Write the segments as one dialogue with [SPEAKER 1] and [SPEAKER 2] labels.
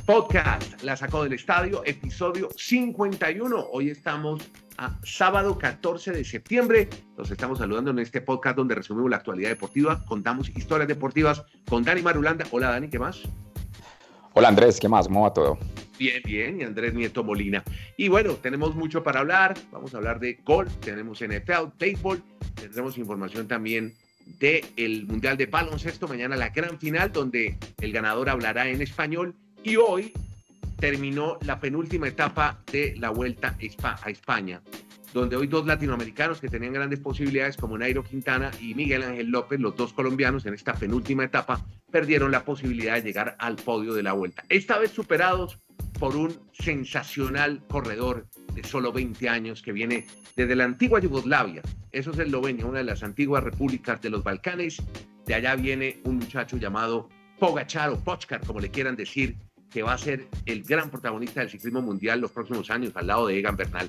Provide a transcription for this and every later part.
[SPEAKER 1] Podcast, La Sacó del Estadio, episodio 51. Hoy estamos a sábado 14 de septiembre. Los estamos saludando en este podcast donde resumimos la actualidad deportiva, contamos historias deportivas con Dani Marulanda. Hola Dani, ¿qué más?
[SPEAKER 2] Hola Andrés, ¿qué más? ¿Cómo va todo?
[SPEAKER 1] Bien, bien, y Andrés Nieto Molina. Y bueno, tenemos mucho para hablar. Vamos a hablar de golf, tenemos NFL, béisbol, tendremos información también del Mundial de Baloncesto. Mañana la gran final donde el ganador hablará en español. Y hoy terminó la penúltima etapa de la Vuelta a España, donde hoy dos latinoamericanos que tenían grandes posibilidades, como Nairo Quintana y Miguel Ángel López, los dos colombianos en esta penúltima etapa, perdieron la posibilidad de llegar al podio de la Vuelta. Esta vez superados por un sensacional corredor de solo 20 años que viene desde la antigua Yugoslavia. Eso es Eslovenia, una de las antiguas repúblicas de los Balcanes. De allá viene un muchacho llamado Pogačar o Pochkar, como le quieran decir, que va a ser el gran protagonista del ciclismo mundial los próximos años, al lado de Egan Bernal.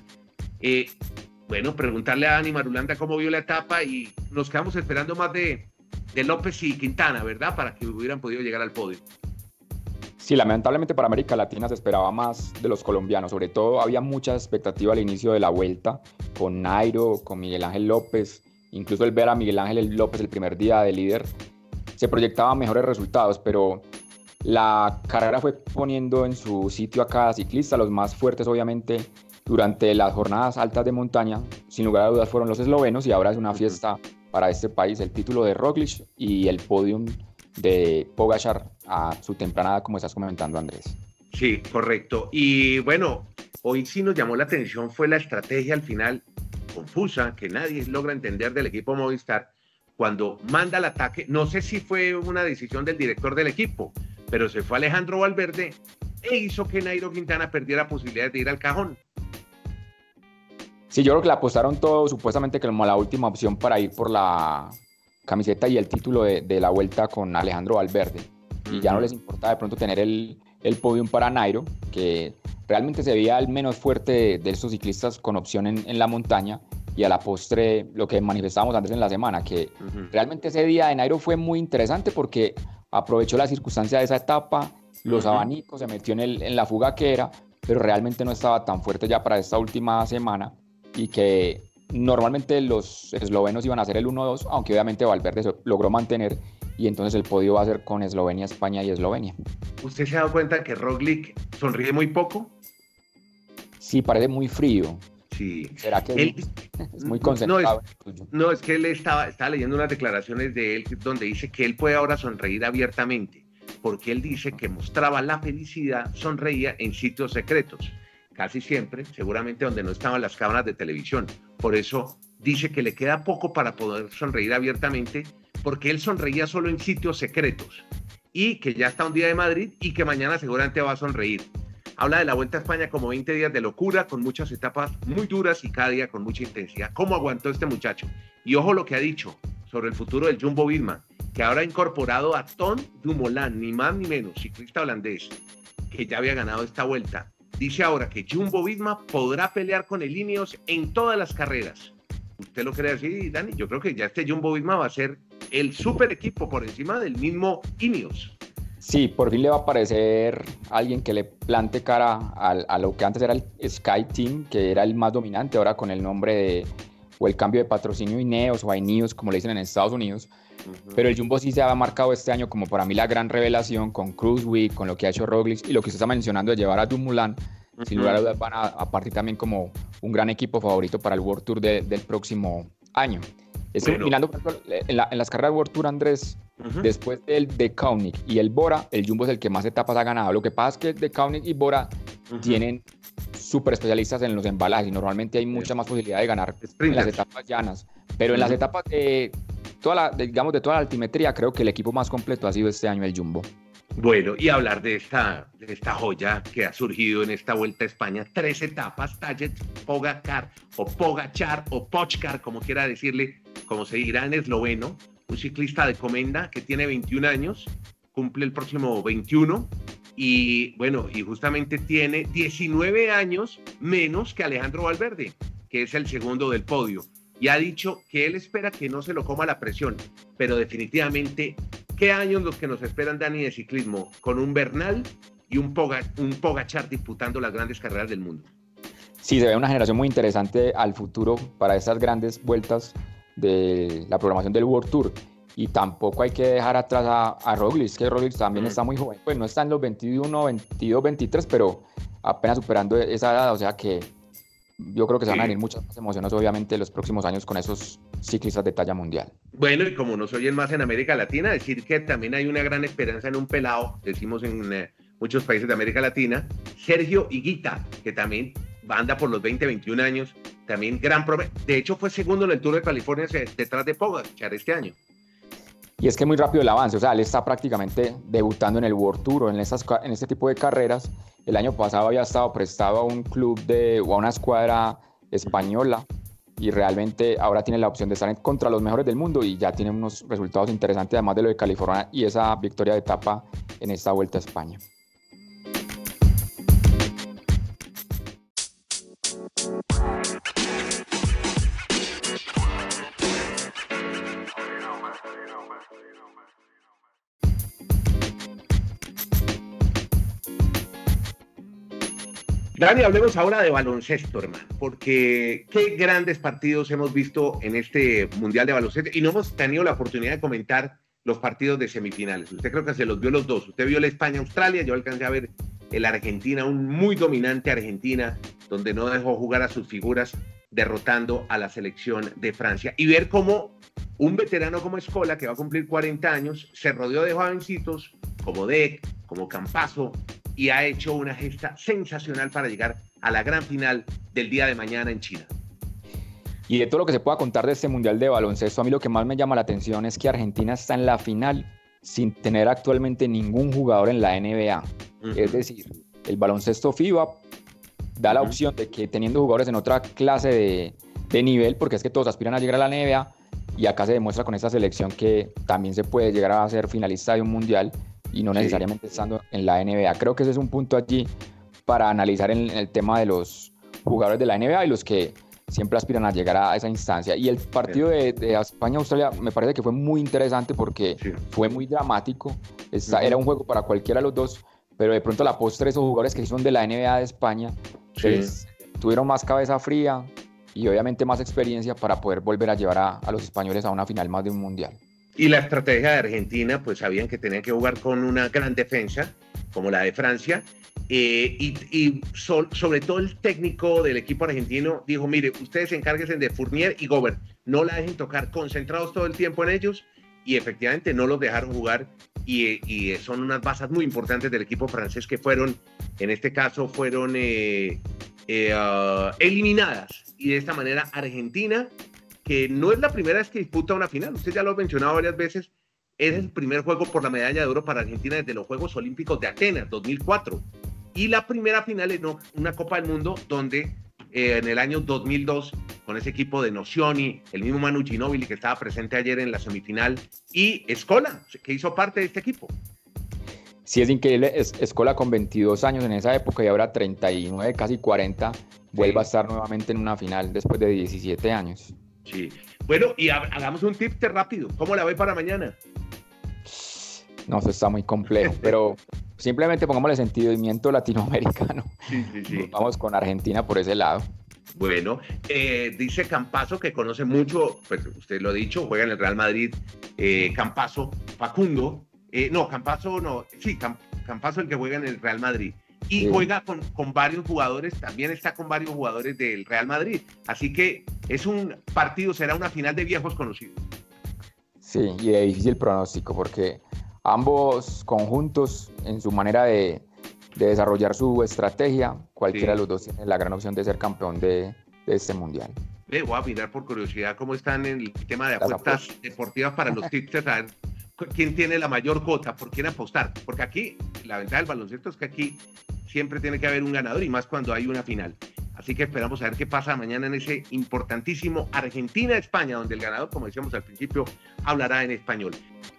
[SPEAKER 1] Bueno, preguntarle a Dani Marulanda cómo vio la etapa, y nos quedamos esperando más de López y Quintana, ¿verdad? Para que hubieran podido llegar al podio.
[SPEAKER 2] Sí, lamentablemente para América Latina se esperaba más de los colombianos. Sobre todo había mucha expectativa al inicio de la Vuelta, con Nairo, con Miguel Ángel López. Incluso el ver a Miguel Ángel López el primer día de líder, se proyectaban mejores resultados, pero la carrera fue poniendo en su sitio a cada ciclista. Los más fuertes, obviamente, durante las jornadas altas de montaña, sin lugar a dudas, fueron los eslovenos, y ahora es una fiesta para este país el título de Roglic y el podium de Pogačar a su temprana edad, como estás comentando, Andrés.
[SPEAKER 1] Sí, correcto. Y bueno, hoy sí nos llamó la atención fue la estrategia al final confusa, que nadie logra entender, del equipo Movistar, cuando manda el ataque. No sé si fue una decisión del director del equipo, pero se fue Alejandro Valverde e hizo que Nairo Quintana perdiera posibilidades de ir al cajón.
[SPEAKER 2] Sí, yo creo que le apostaron todo, supuestamente, que como la última opción para ir por la camiseta y el título de la Vuelta con Alejandro Valverde. Y ya no les importaba de pronto tener el podium para Nairo, que realmente se veía el menos fuerte de estos ciclistas con opción en la montaña. Y a la postre, lo que manifestábamos antes en la semana, que realmente ese día de Nairo fue muy interesante porque aprovechó la circunstancia de esa etapa, los abanicos, se metió en la fuga que era, pero realmente no estaba tan fuerte ya para esta última semana, y que normalmente los eslovenos iban a hacer el 1-2, aunque obviamente Valverde se logró mantener, y entonces el podio va a ser con Eslovenia, España y Eslovenia.
[SPEAKER 1] ¿Usted se ha dado cuenta que Roglic sonríe muy poco?
[SPEAKER 2] Sí, parece muy frío.
[SPEAKER 1] Sí.
[SPEAKER 2] ¿Será que es muy concentrado?
[SPEAKER 1] No, es que él estaba leyendo unas declaraciones de él donde dice que él puede ahora sonreír abiertamente, porque él dice que mostraba la felicidad, sonreía en sitios secretos, casi siempre, seguramente donde no estaban las cámaras de televisión. Por eso dice que le queda poco para poder sonreír abiertamente, porque él sonreía solo en sitios secretos, y que ya está un día de Madrid y que mañana seguramente va a sonreír. Habla de la Vuelta a España como 20 días de locura, con muchas etapas muy duras y cada día con mucha intensidad. ¿Cómo aguantó este muchacho? Y ojo lo que ha dicho sobre el futuro del Jumbo-Visma, que ahora ha incorporado a Tom Dumoulin, ni más ni menos, ciclista holandés, que ya había ganado esta vuelta. Dice ahora que Jumbo-Visma podrá pelear con el Ineos en todas las carreras. ¿Usted lo cree así, Dani? Yo creo que ya este Jumbo-Visma va a ser el super equipo por encima del mismo Ineos.
[SPEAKER 2] Sí, por fin le va a aparecer alguien que le plante cara a lo que antes era el Sky Team, que era el más dominante, ahora con el nombre o el cambio de patrocinio Ineos o Ineos, como le dicen en Estados Unidos. Pero el Jumbo sí se ha marcado este año como para mí la gran revelación, con Kruijswijk, con lo que ha hecho Roglic y lo que usted está mencionando de llevar a Dumoulin. Sin lugar a dudas van a partir también como un gran equipo favorito para el World Tour del próximo año. Mirando en las carreras World Tour, Andrés, después del de Kaunik y el Bora, el Jumbo es el que más etapas ha ganado. Lo que pasa es que de Kaunik y Bora tienen súper especialistas en los embalajes, y normalmente hay mucha más posibilidad de ganar en las etapas llanas. Pero en las etapas de toda la altimetría, creo que el equipo más completo ha sido este año el Jumbo.
[SPEAKER 1] Bueno, y hablar de esta joya que ha surgido en esta Vuelta a España, 3 etapas, Tadej Pogačar o Pogačar o Pochkar, como quiera decirle, como se dirá en esloveno, un ciclista de Comenda que tiene 21 años, cumple el próximo 21, y bueno, y justamente tiene 19 años menos que Alejandro Valverde, que es el segundo del podio, y ha dicho que él espera que no se lo coma la presión, pero definitivamente, ¿qué años los que nos esperan, Dani, de ciclismo? Con un Bernal y un Pogačar disputando las grandes carreras del mundo.
[SPEAKER 2] Sí, se ve una generación muy interesante al futuro para estas grandes vueltas de la programación del World Tour. Y tampoco hay que dejar atrás a Roglic, que Roglic también está muy joven. Pues no está en los 21, 22, 23, pero apenas superando esa edad. O sea que yo creo que se van a venir muchas más emociones, obviamente, en los próximos años con esos ciclistas de talla mundial.
[SPEAKER 1] Bueno, y como nos oyen más en América Latina, decir que también hay una gran esperanza en un pelado, decimos en muchos países de América Latina, Sergio Higuita, que también anda por los 20, 21 años, también gran promesa. De hecho, fue segundo en el Tour de California detrás de Pogačar este año.
[SPEAKER 2] Y es que es muy rápido el avance, o sea, él está prácticamente debutando en el World Tour o en este tipo de carreras. El año pasado había estado prestado a un club o a una escuadra española y realmente ahora tiene la opción de estar contra los mejores del mundo y ya tiene unos resultados interesantes, además de lo de California y esa victoria de etapa en esta Vuelta a España.
[SPEAKER 1] Dani, hablemos ahora de baloncesto, hermano, porque qué grandes partidos hemos visto en este Mundial de Baloncesto y no hemos tenido la oportunidad de comentar los partidos de semifinales. Usted creo que se los vio los dos. Usted vio el España-Australia, yo alcancé a ver el Argentina, un muy dominante Argentina, donde no dejó jugar a sus figuras, derrotando a la selección de Francia. Y ver cómo un veterano como Scola, que va a cumplir 40 años, se rodeó de jovencitos como Deck, como Campazzo, y ha hecho una gesta sensacional para llegar a la gran final del día de mañana en China.
[SPEAKER 2] Y de todo lo que se pueda contar de este Mundial de Baloncesto, a mí lo que más me llama la atención es que Argentina está en la final sin tener actualmente ningún jugador en la NBA. Es decir, el baloncesto FIBA da la opción de que teniendo jugadores en otra clase de nivel, porque es que todos aspiran a llegar a la NBA, y acá se demuestra con esta selección que también se puede llegar a ser finalista de un Mundial y no necesariamente estando en la NBA. Creo que ese es un punto allí para analizar en el tema de los jugadores de la NBA y los que siempre aspiran a llegar a esa instancia. Y el partido de España-Australia me parece que fue muy interesante porque fue muy dramático. Era un juego para cualquiera de los dos, pero de pronto a la postre esos jugadores que son de la NBA de España pues, tuvieron más cabeza fría y obviamente más experiencia para poder volver a llevar a los españoles a una final más de un Mundial.
[SPEAKER 1] Y la estrategia de Argentina, pues sabían que tenían que jugar con una gran defensa, como la de Francia, sobre todo el técnico del equipo argentino dijo, mire, ustedes encárguense de Fournier y Gobert, no la dejen tocar, concentrados todo el tiempo en ellos, y efectivamente no los dejaron jugar, y son unas bazas muy importantes del equipo francés que fueron, en este caso, fueron eliminadas, y de esta manera Argentina, que no es la primera vez que disputa una final, usted ya lo ha mencionado varias veces, es el primer juego por la medalla de oro para Argentina desde los Juegos Olímpicos de Atenas, 2004, y la primera final en una Copa del Mundo donde en el año 2002, con ese equipo de Nocioni, el mismo Manu Ginóbili que estaba presente ayer en la semifinal, y Scola, que hizo parte de este equipo.
[SPEAKER 2] Sí, es increíble, Scola con 22 años en esa época y ahora 39, casi 40, vuelve a estar nuevamente en una final después de 17 años.
[SPEAKER 1] Sí, bueno, y hagamos un tip rápido, ¿cómo la ve para mañana?
[SPEAKER 2] No, eso está muy complejo, pero simplemente pongámosle sentimiento latinoamericano.
[SPEAKER 1] Sí.
[SPEAKER 2] Vamos con Argentina por ese lado.
[SPEAKER 1] Bueno, dice Campazzo, que conoce mucho, pues usted lo ha dicho, juega en el Real Madrid, Campazzo, Facundo, Campazzo el que juega en el Real Madrid. Y juega con varios jugadores, también está con varios jugadores del Real Madrid. Así que es un partido, será una final de viejos conocidos.
[SPEAKER 2] Sí, y de difícil pronóstico, porque ambos conjuntos, en su manera de desarrollar su estrategia, cualquiera de los dos tiene la gran opción de ser campeón de este Mundial.
[SPEAKER 1] Voy a mirar por curiosidad cómo están en el tema de apuestas deportivas para los tipsters, a ver quién tiene la mayor cuota, por quién apostar. Porque aquí, la ventaja del baloncesto es que aquí siempre tiene que haber un ganador y más cuando hay una final. Así que esperamos a ver qué pasa mañana en ese importantísimo Argentina-España, donde el ganador, como decíamos al principio, hablará en español.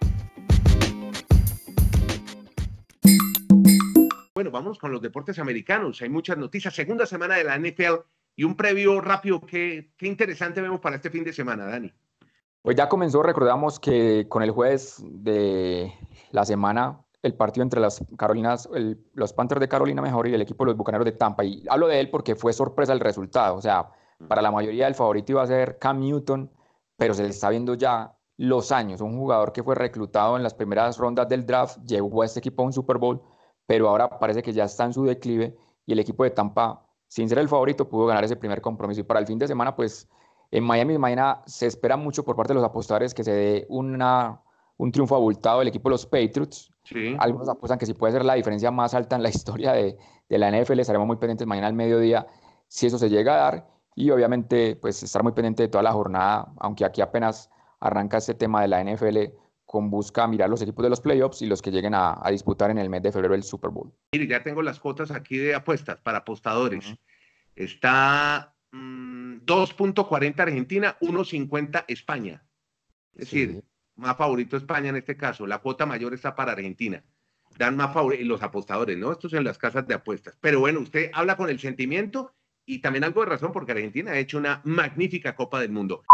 [SPEAKER 1] Bueno, vamos con los deportes americanos. Hay muchas noticias. Segunda semana de la NFL y un previo rápido. Qué interesante vemos para este fin de semana, Dani.
[SPEAKER 2] Pues ya comenzó, recordamos que con el jueves de la semana el partido entre los Panthers de Carolina mejor y el equipo de los Bucaneros de Tampa. Y hablo de él porque fue sorpresa el resultado. O sea, para la mayoría el favorito iba a ser Cam Newton, pero se le está viendo ya los años. Un jugador que fue reclutado en las primeras rondas del draft, llegó a este equipo a un Super Bowl, pero ahora parece que ya está en su declive y el equipo de Tampa, sin ser el favorito, pudo ganar ese primer compromiso. Y para el fin de semana, pues en Miami mañana se espera mucho por parte de los apostadores que se dé un triunfo abultado del equipo de los Patriots.
[SPEAKER 1] Sí.
[SPEAKER 2] Algunos apuestan que si puede ser la diferencia más alta en la historia de la NFL. Estaremos muy pendientes mañana al mediodía si eso se llega a dar. Y obviamente, pues estar muy pendiente de toda la jornada, aunque aquí apenas arranca este tema de la NFL con busca mirar los equipos de los playoffs y los que lleguen a disputar en el mes de febrero el Super Bowl.
[SPEAKER 1] Mire, ya tengo las cuotas aquí de apuestas para apostadores. Está 2.40 Argentina, 1.50 España. Es decir, más favorito España en este caso. La cuota mayor está para Argentina. Dan más favorito los apostadores, ¿no? Esto es en las casas de apuestas. Pero bueno, usted habla con el sentimiento y también algo de razón porque Argentina ha hecho una magnífica Copa del Mundo.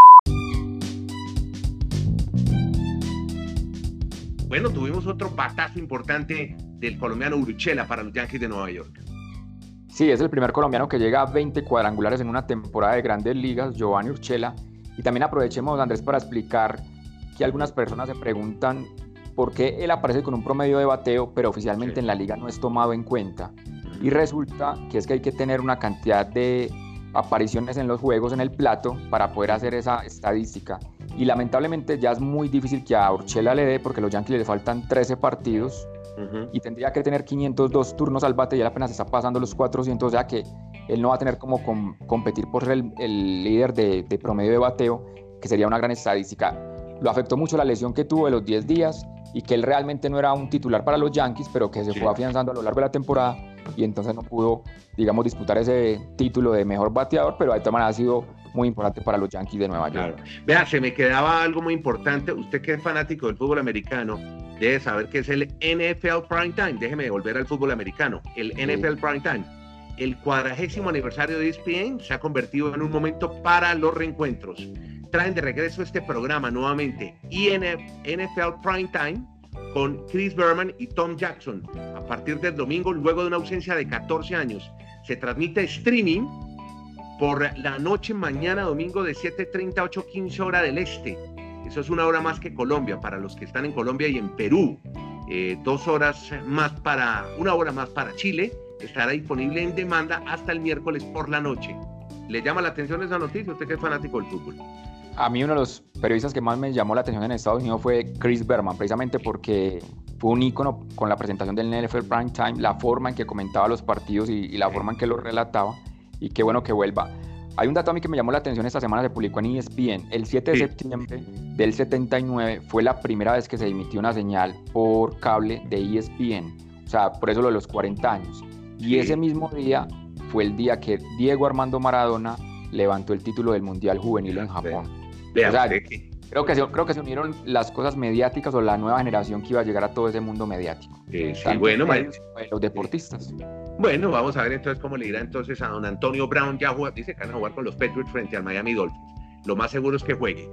[SPEAKER 1] Bueno, tuvimos otro batazo importante del colombiano Urshela para los Yankees de Nueva York.
[SPEAKER 2] Sí, es el primer colombiano que llega a 20 cuadrangulares en una temporada de Grandes Ligas, Giovanni Urshela. Y también aprovechemos, Andrés, para explicar que algunas personas se preguntan por qué él aparece con un promedio de bateo, pero oficialmente en la liga no es tomado en cuenta. Y resulta que es que hay que tener una cantidad de apariciones en los juegos en el plato para poder hacer esa estadística. Y lamentablemente ya es muy difícil que a Urshela le dé porque a los Yankees le faltan 13 partidos y tendría que tener 502 turnos al bate y él apenas está pasando los 400, o sea que él no va a tener como competir por ser el líder de promedio de bateo, que sería una gran estadística. Lo afectó mucho la lesión que tuvo de los 10 días y que él realmente no era un titular para los Yankees, pero que se fue afianzando a lo largo de la temporada y entonces no pudo, digamos, disputar ese título de mejor bateador, pero de todas maneras ha sido muy importante para los Yankees de Nueva York.
[SPEAKER 1] Claro. Vea, se me quedaba algo muy importante. Usted que es fanático del fútbol americano debe saber que es el NFL Prime Time. Déjeme volver al fútbol americano. El NFL Prime Time. El 40º aniversario de ESPN se ha convertido en un momento para los reencuentros. Traen de regreso este programa nuevamente, NFL Prime Time, con Chris Berman y Tom Jackson. A partir del domingo, luego de una ausencia de 14 años, se transmite streaming por la noche, mañana domingo de 7:30 a 8:15 hora del este. Eso es una hora más que Colombia, para los que están en Colombia y en Perú. 2 horas más una hora más para Chile. Estará disponible en demanda hasta el miércoles por la noche. ¿Le llama la atención esa noticia? Usted que es fanático del fútbol.
[SPEAKER 2] A mí uno de los periodistas que más me llamó la atención en Estados Unidos fue Chris Berman, precisamente porque fue un ícono con la presentación del NFL Prime Time, la forma en que comentaba los partidos y la forma en que los relataba, y qué bueno que vuelva. Hay un dato a mí que me llamó la atención esta semana, se publicó en ESPN. El 7 de septiembre del 79 fue la primera vez que se emitió una señal por cable de ESPN, o sea, por eso lo de los 40 años. Y ese mismo día fue el día que Diego Armando Maradona levantó el título del Mundial Juvenil en Japón. O sea, creo que se unieron las cosas mediáticas o la nueva generación que iba a llegar a todo ese mundo mediático.
[SPEAKER 1] Sí, bueno,
[SPEAKER 2] los deportistas.
[SPEAKER 1] Bueno, vamos a ver entonces cómo le irá entonces a don Antonio Brown. Ya juega, dice que van a jugar con los Patriots frente al Miami Dolphins. Lo más seguro es que juegue.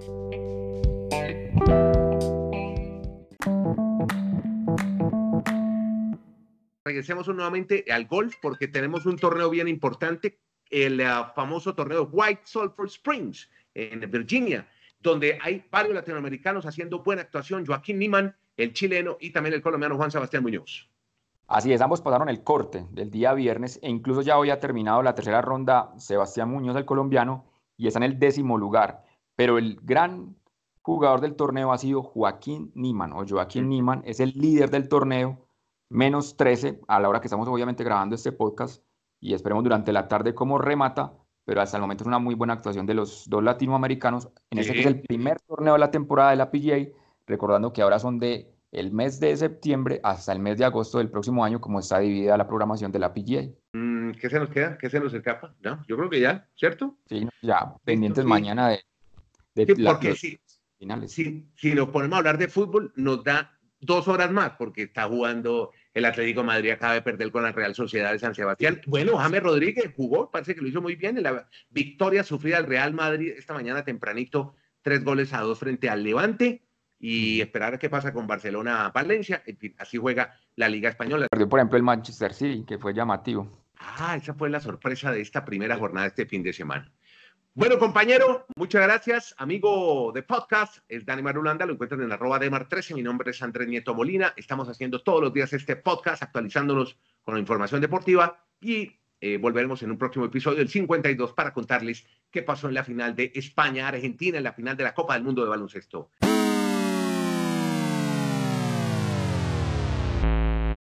[SPEAKER 1] Regresemos nuevamente al golf porque tenemos un torneo bien importante, el famoso torneo White Sulphur Springs en Virginia, donde hay varios latinoamericanos haciendo buena actuación, Joaquín Niemann, el chileno, y también el colombiano Juan Sebastián Muñoz.
[SPEAKER 2] Así es, ambos pasaron el corte del día viernes e incluso ya hoy ha terminado la tercera ronda Sebastián Muñoz, el colombiano, y está en el 10º lugar, pero el gran jugador del torneo ha sido Joaquín Niemann, o Joaquín Niemann, es el líder del torneo, menos 13 a la hora que estamos obviamente grabando este podcast, y esperemos durante la tarde cómo remata, pero hasta el momento es una muy buena actuación de los dos latinoamericanos, en este que es el primer torneo de la temporada de la PGA, recordando que ahora son de el mes de septiembre hasta el mes de agosto del próximo año, como está dividida la programación de la PGA.
[SPEAKER 1] ¿Qué se nos queda? ¿Qué se nos escapa? ¿No? Yo creo que ya, ¿cierto?
[SPEAKER 2] Sí, ya, pendientes mañana de
[SPEAKER 1] porque
[SPEAKER 2] los finales.
[SPEAKER 1] Si nos ponemos a hablar de fútbol, nos da 2 horas más, porque está jugando el Atlético de Madrid, acaba de perder con la Real Sociedad de San Sebastián. Bueno, James Rodríguez jugó, parece que lo hizo muy bien en la victoria sufrida al Real Madrid esta mañana tempranito, 3-2 frente al Levante. y esperar a qué pasa con Barcelona-Valencia. En fin, así juega la Liga Española.
[SPEAKER 2] Perdió, por ejemplo, el Manchester City, que fue llamativo.
[SPEAKER 1] Esa fue la sorpresa de esta primera jornada este fin de semana. Bueno, compañero, muchas gracias. Amigo de podcast, es Dani Marulanda, lo encuentran en @demar13. Mi nombre es Andrés Nieto Molina. Estamos haciendo todos los días este podcast, actualizándonos con la información deportiva y volveremos en un próximo episodio, el 52, para contarles qué pasó en la final de España-Argentina, en la final de la Copa del Mundo de Baloncesto.